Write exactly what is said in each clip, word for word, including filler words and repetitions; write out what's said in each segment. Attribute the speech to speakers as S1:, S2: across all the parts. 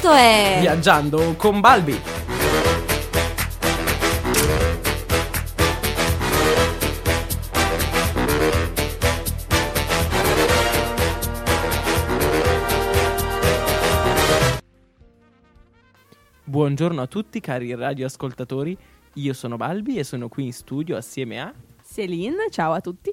S1: Questo è
S2: Viaggiando con Balbi. Buongiorno a tutti cari radioascoltatori, io sono Balbi e sono qui in studio assieme a
S3: Celine, ciao a tutti.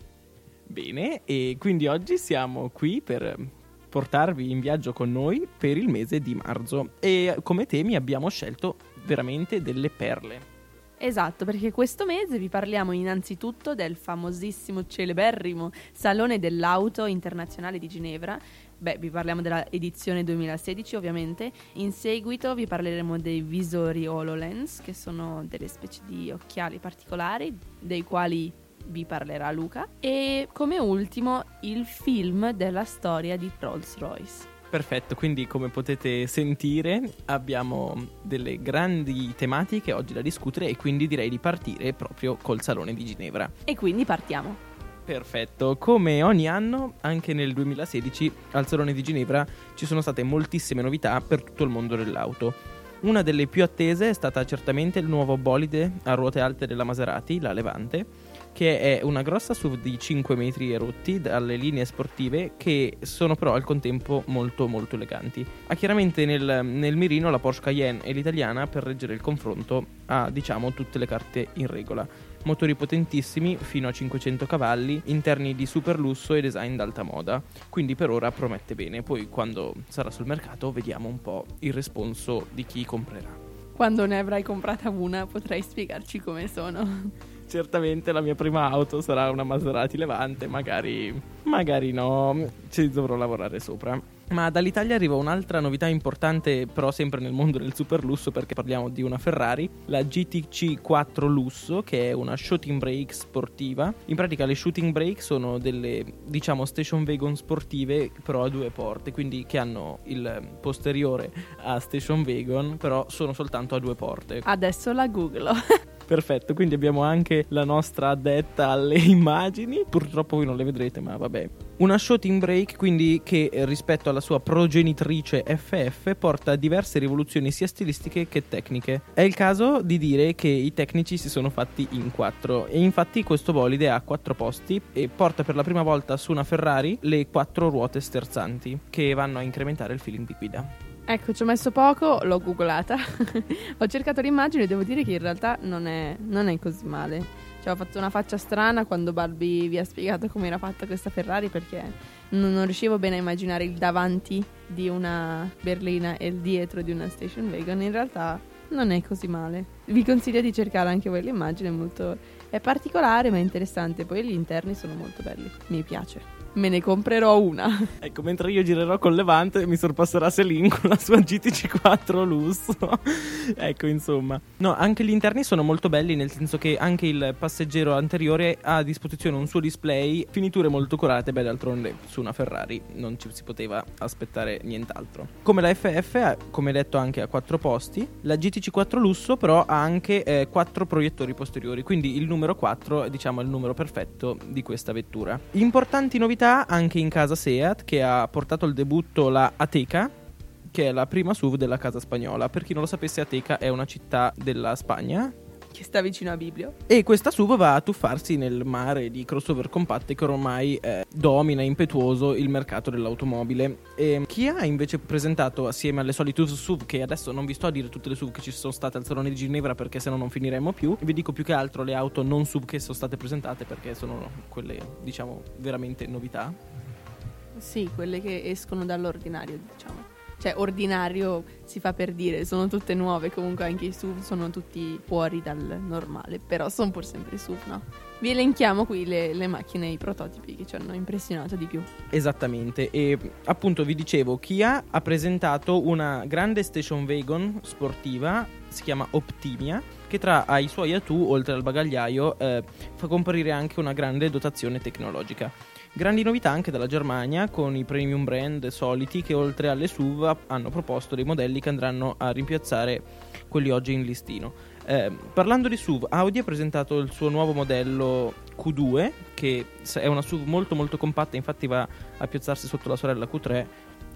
S2: Bene, e quindi oggi siamo qui per portarvi in viaggio con noi per il mese di marzo e come temi abbiamo scelto veramente delle perle.
S3: Esatto, perché questo mese vi parliamo innanzitutto del famosissimo, celeberrimo Salone dell'Auto Internazionale di Ginevra. Beh, vi parliamo della edizione duemilasedici ovviamente. In seguito vi parleremo dei visori HoloLens, che sono delle specie di occhiali particolari, dei quali vi parlerà Luca. E come ultimo il film della storia di Rolls-Royce.
S2: Perfetto, quindi come potete sentire abbiamo delle grandi tematiche oggi da discutere e quindi direi di partire proprio col Salone di Ginevra.
S3: E quindi partiamo.
S2: Perfetto, come ogni anno, anche nel duemilasedici al Salone di Ginevra ci sono state moltissime novità per tutto il mondo dell'auto. Una delle più attese è stata certamente il nuovo bolide a ruote alte della Maserati, la Levante, che è una grossa S U V di cinque metri e rotti dalle linee sportive che sono però al contempo molto molto eleganti. Ha chiaramente nel, nel mirino la Porsche Cayenne e l'italiana per reggere il confronto ha diciamo tutte le carte in regola. Motori potentissimi fino a cinquecento cavalli, interni di super lusso e design d'alta moda, quindi per ora promette bene, poi quando sarà sul mercato vediamo un po' il responso di chi comprerà.
S3: Quando ne avrai comprata una potrai spiegarci come sono.
S2: Certamente la mia prima auto sarà una Maserati Levante, magari, magari no, ci dovrò lavorare sopra. Ma dall'Italia arriva un'altra novità importante, però sempre nel mondo del super lusso, perché parliamo di una Ferrari, la G T C quattro Lusso, che è una shooting brake sportiva. In pratica le shooting brake sono delle, diciamo, station wagon sportive, però a due porte, quindi che hanno il posteriore a station wagon, però sono soltanto a due porte.
S3: Adesso la googlo.
S2: Perfetto, quindi abbiamo anche la nostra addetta alle immagini. Purtroppo voi non le vedrete, ma vabbè. Una shooting brake, quindi, che rispetto alla sua progenitrice F F porta diverse rivoluzioni sia stilistiche che tecniche. È il caso di dire che i tecnici si sono fatti in quattro e infatti questo bolide ha quattro posti e porta per la prima volta su una Ferrari le quattro ruote sterzanti che vanno a incrementare il feeling di guida.
S3: Ecco, ci ho messo poco, l'ho googlata, ho cercato l'immagine e devo dire che in realtà non è, non è così male. Cioè, ho fatto una faccia strana quando Balbi vi ha spiegato come era fatta questa Ferrari, perché non, non riuscivo bene a immaginare il davanti di una berlina e il dietro di una station wagon. In realtà non è così male. Vi consiglio di cercare anche voi l'immagine, molto, è particolare ma interessante. Poi gli interni sono molto belli, mi piace. Me ne comprerò una.
S2: Ecco, mentre io girerò col Levante mi sorpasserà Celine con la sua G T C quattro Lusso. Ecco, insomma. No, anche gli interni sono molto belli, nel senso che anche il passeggero anteriore ha a disposizione un suo display, finiture molto curate. Beh, d'altronde su una Ferrari non ci si poteva aspettare nient'altro. Come la F F, come detto, anche a quattro posti. La G T C quattro Lusso però ha anche eh, quattro proiettori posteriori, quindi il numero quattro è, diciamo, il numero perfetto di questa vettura. Importanti novità anche in casa Seat, che ha portato al debutto la Ateca, che è la prima S U V della casa spagnola. Per chi non lo sapesse, Ateca è una città della Spagna
S3: che sta vicino a Biblio,
S2: e questa S U V va a tuffarsi nel mare di crossover compatte che ormai eh, domina impetuoso il mercato dell'automobile. E Kia ha invece presentato, assieme alle solite S U V, che adesso non vi sto a dire tutte le S U V che ci sono state al Salone di Ginevra, perché sennò non finiremo più, vi dico più che altro le auto non S U V che sono state presentate, perché sono quelle, diciamo, veramente novità.
S3: Sì, quelle che escono dall'ordinario, diciamo. Cioè, ordinario si fa per dire, sono tutte nuove, comunque anche i S U V sono tutti fuori dal normale, però sono pur sempre S U V, no? Vi elenchiamo qui le, le macchine e i prototipi che ci hanno impressionato di più.
S2: Esattamente, e appunto vi dicevo, Kia ha presentato una grande station wagon sportiva, si chiama Optimia, che tra ai suoi attu, oltre al bagagliaio, eh, fa comparire anche una grande dotazione tecnologica. Grandi novità anche dalla Germania, con i premium brand soliti che oltre alle S U V hanno proposto dei modelli che andranno a rimpiazzare quelli oggi in listino. Eh, parlando di S U V, Audi ha presentato il suo nuovo modello Q due, che è una S U V molto molto compatta, infatti va a piazzarsi sotto la sorella Q tre,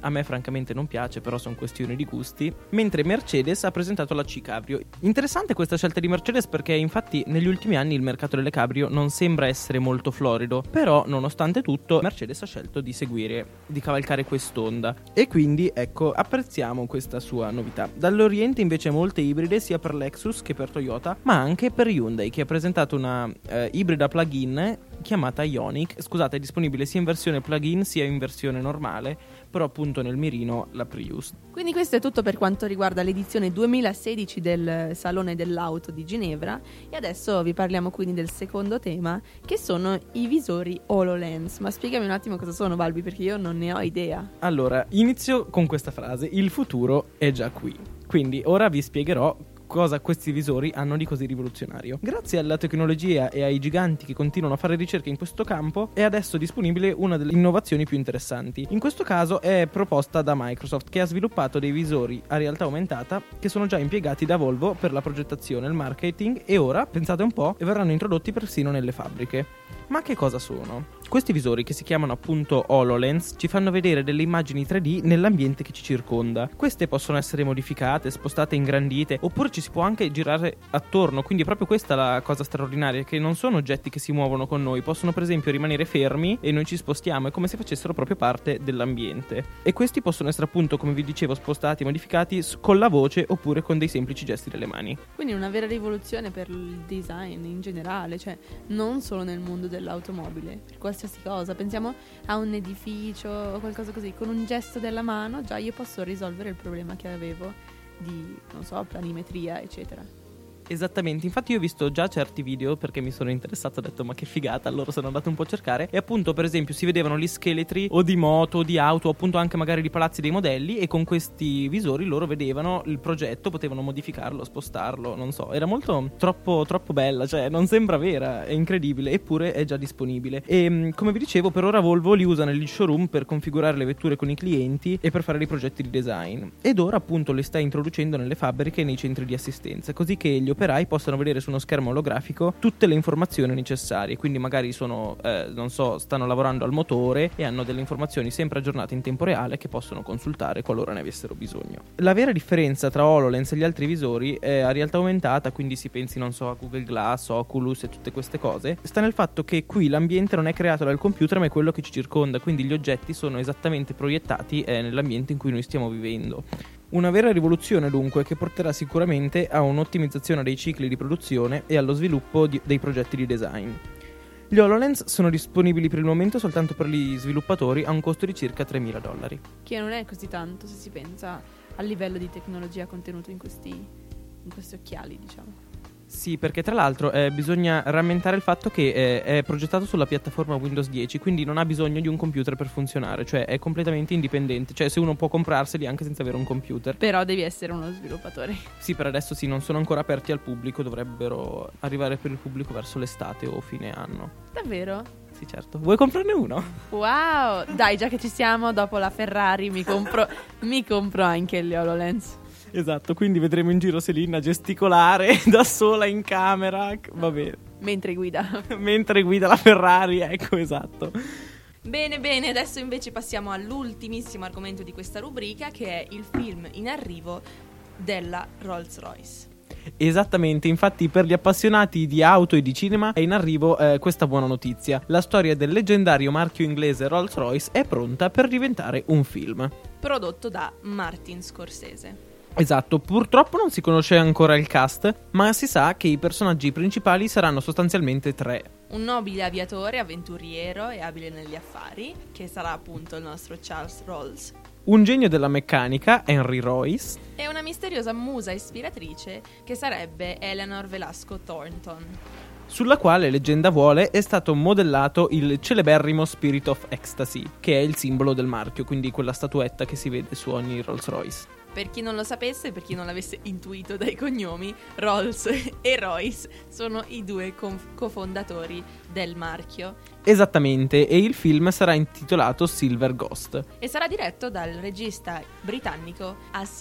S2: a me francamente non piace, però sono questioni di gusti, mentre Mercedes ha presentato la C-Cabrio. Interessante questa scelta di Mercedes perché infatti negli ultimi anni il mercato delle cabrio non sembra essere molto florido, però nonostante tutto Mercedes ha scelto di seguire, di cavalcare quest'onda e quindi ecco apprezziamo questa sua novità. Dall'Oriente invece molte ibride sia per Lexus che per Toyota, ma anche per Hyundai che ha presentato una eh, ibrida plug-in chiamata Ioniq. Scusate, è disponibile sia in versione plug-in sia in versione normale, però appunto nel mirino la Prius.
S3: Quindi questo è tutto per quanto riguarda l'edizione duemilasedici del Salone dell'Auto di Ginevra e adesso vi parliamo quindi del secondo tema, che sono i visori HoloLens. Ma spiegami un attimo cosa sono, Balbi, perché io non ne ho idea.
S2: Allora, inizio con questa frase: il futuro è già qui. Quindi ora vi spiegherò cosa questi visori hanno di così rivoluzionario. Grazie alla tecnologia e ai giganti che continuano a fare ricerche in questo campo, è adesso disponibile una delle innovazioni più interessanti. In questo caso è proposta da Microsoft, che ha sviluppato dei visori a realtà aumentata che sono già impiegati da Volvo per la progettazione e il marketing e ora, pensate un po', verranno introdotti persino nelle fabbriche. Ma che cosa sono? Questi visori, che si chiamano appunto HoloLens, ci fanno vedere delle immagini tre D nell'ambiente che ci circonda. Queste possono essere modificate, spostate, ingrandite, oppure ci si può anche girare attorno, quindi è proprio questa la cosa straordinaria, che non sono oggetti che si muovono con noi, possono per esempio rimanere fermi e noi ci spostiamo, è come se facessero proprio parte dell'ambiente. E questi possono essere appunto, come vi dicevo, spostati, modificati con la voce oppure con dei semplici gesti delle mani.
S3: Quindi una vera rivoluzione per il design in generale, cioè non solo nel mondo dell'automobile, per qualsiasi cosa. Pensiamo a un edificio o qualcosa così, con un gesto della mano già io posso risolvere il problema che avevo di, non so, planimetria eccetera.
S2: Esattamente, infatti io ho visto già certi video perché mi sono interessato, ho detto ma che figata, allora sono andato un po' a cercare e appunto per esempio si vedevano gli scheletri o di moto o di auto, appunto anche magari di palazzi dei modelli, e con questi visori loro vedevano il progetto, potevano modificarlo, spostarlo, non so, era molto troppo troppo bella, cioè non sembra vera, è incredibile, eppure è già disponibile. E come vi dicevo, per ora Volvo li usa negli showroom per configurare le vetture con i clienti e per fare dei progetti di design, ed ora appunto le sta introducendo nelle fabbriche e nei centri di assistenza, così che gli operai possono vedere su uno schermo olografico tutte le informazioni necessarie, quindi magari sono eh, non so, stanno lavorando al motore e hanno delle informazioni sempre aggiornate in tempo reale che possono consultare qualora ne avessero bisogno. La vera differenza tra HoloLens e gli altri visori è a realtà aumentata, quindi si pensi non so a Google Glass, Oculus e tutte queste cose, sta nel fatto che qui l'ambiente non è creato dal computer ma è quello che ci circonda, quindi gli oggetti sono esattamente proiettati eh, nell'ambiente in cui noi stiamo vivendo. Una vera rivoluzione dunque, che porterà sicuramente a un'ottimizzazione dei cicli di produzione e allo sviluppo di, dei progetti di design. Gli HoloLens sono disponibili per il momento soltanto per gli sviluppatori a un costo di circa tremila dollari.
S3: Che non è così tanto se si pensa al livello di tecnologia contenuto in questi, in questi occhiali, diciamo.
S2: Sì, perché tra l'altro eh, bisogna rammentare il fatto che eh, è progettato sulla piattaforma Windows dieci, quindi non ha bisogno di un computer per funzionare, cioè è completamente indipendente, cioè se uno può comprarseli anche senza avere un computer.
S3: Però devi essere uno sviluppatore.
S2: Sì, per adesso sì, non sono ancora aperti al pubblico, dovrebbero arrivare per il pubblico verso l'estate o fine anno.
S3: Davvero?
S2: Sì, certo. Vuoi comprarne uno?
S3: Wow! Dai, già che ci siamo, dopo la Ferrari mi compro, mi compro anche gli HoloLens.
S2: Esatto, quindi vedremo in giro Selina gesticolare da sola in camera, va bene.
S3: Mentre guida.
S2: Mentre guida la Ferrari, ecco, esatto.
S1: Bene, bene, adesso invece passiamo all'ultimissimo argomento di questa rubrica, che è il film in arrivo della Rolls-Royce.
S2: Esattamente, infatti per gli appassionati di auto e di cinema è in arrivo eh, questa buona notizia. La storia del leggendario marchio inglese Rolls-Royce è pronta per diventare un film.
S1: Prodotto da Martin Scorsese.
S2: Esatto, purtroppo non si conosce ancora il cast, ma si sa che i personaggi principali saranno sostanzialmente tre.
S1: Un nobile aviatore, avventuriero e abile negli affari, che sarà appunto il nostro Charles Rolls.
S2: Un genio della meccanica, Henry Royce.
S1: E una misteriosa musa ispiratrice, che sarebbe Eleanor Velasco Thornton.
S2: Sulla quale, leggenda vuole, è stato modellato il celeberrimo Spirit of Ecstasy, che è il simbolo del marchio, quindi quella statuetta che si vede su ogni Rolls Royce.
S1: Per chi non lo sapesse, per chi non l'avesse intuito dai cognomi, Rolls e Royce sono i due conf- cofondatori del marchio.
S2: Esattamente, e il film sarà intitolato Silver Ghost.
S1: E sarà diretto dal regista britannico Asif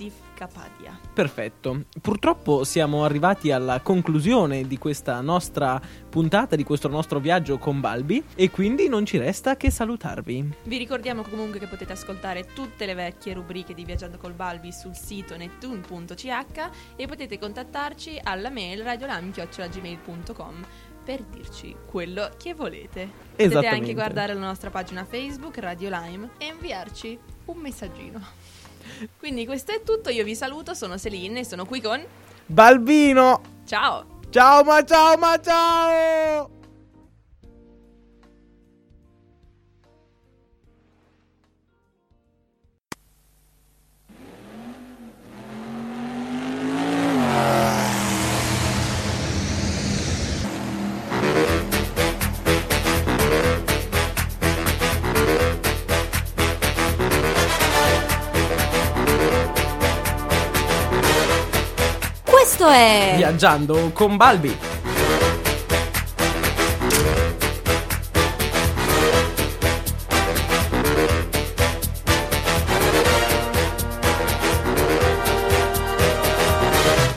S1: Capadia.
S2: Perfetto. Purtroppo siamo arrivati alla conclusione di questa nostra puntata, di questo nostro viaggio con Balbi, e quindi non ci resta che salutarvi.
S1: Vi ricordiamo comunque che potete ascoltare tutte le vecchie rubriche di Viaggiando col Balbi sul sito nettoon punto c h e potete contattarci alla mail radiolime chiocciola gmail punto com per dirci quello che volete. Potete anche guardare la nostra pagina Facebook Radio Lime e inviarci un messaggino. Quindi questo è tutto, io vi saluto, sono Celine e sono qui con
S2: Balbino.
S1: Ciao.
S2: Ciao ma ciao ma ciao.
S4: Questo è
S2: Viaggiando con Balbi.